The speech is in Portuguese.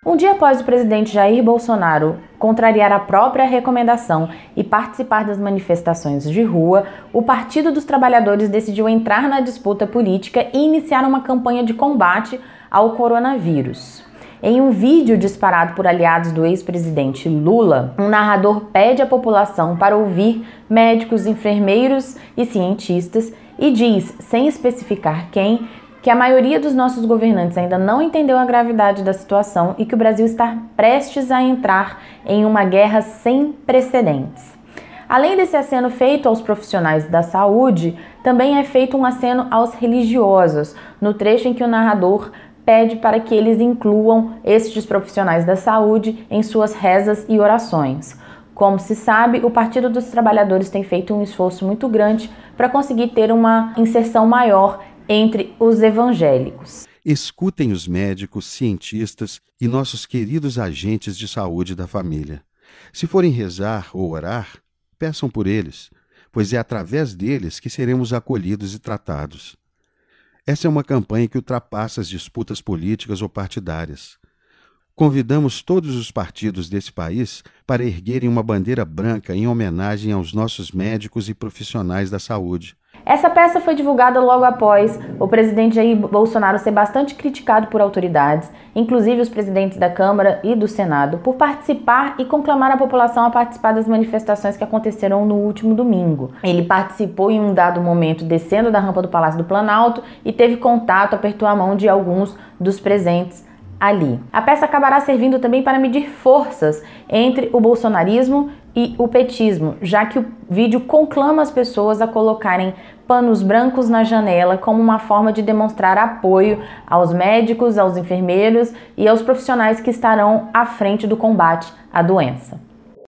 Um dia após o presidente Jair Bolsonaro contrariar a própria recomendação e participar das manifestações de rua, o Partido dos Trabalhadores decidiu entrar na disputa política e iniciar uma campanha de combate ao coronavírus. Em um vídeo disparado por aliados do ex-presidente Lula, um narrador pede à população para ouvir médicos, enfermeiros e cientistas e diz, sem especificar quem, que a maioria dos nossos governantes ainda não entendeu a gravidade da situação e que o Brasil está prestes a entrar em uma guerra sem precedentes. Além desse aceno feito aos profissionais da saúde, também é feito um aceno aos religiosos, no trecho em que o narrador pede para que eles incluam estes profissionais da saúde em suas rezas e orações. Como se sabe, o Partido dos Trabalhadores tem feito um esforço muito grande para conseguir ter uma inserção maior entre os evangélicos. Escutem os médicos, cientistas e nossos queridos agentes de saúde da família. Se forem rezar ou orar, peçam por eles, pois é através deles que seremos acolhidos e tratados. Essa é uma campanha que ultrapassa as disputas políticas ou partidárias. Convidamos todos os partidos desse país para erguerem uma bandeira branca em homenagem aos nossos médicos e profissionais da saúde. Essa peça foi divulgada logo após o presidente Jair Bolsonaro ser bastante criticado por autoridades, inclusive os presidentes da Câmara e do Senado, por participar e conclamar a população a participar das manifestações que aconteceram no último domingo. Ele participou em um dado momento descendo da rampa do Palácio do Planalto e teve contato, apertou a mão de alguns dos presentes ali. A peça acabará servindo também para medir forças entre o bolsonarismo e o petismo, já que o vídeo conclama as pessoas a colocarem panos brancos na janela como uma forma de demonstrar apoio aos médicos, aos enfermeiros e aos profissionais que estarão à frente do combate à doença.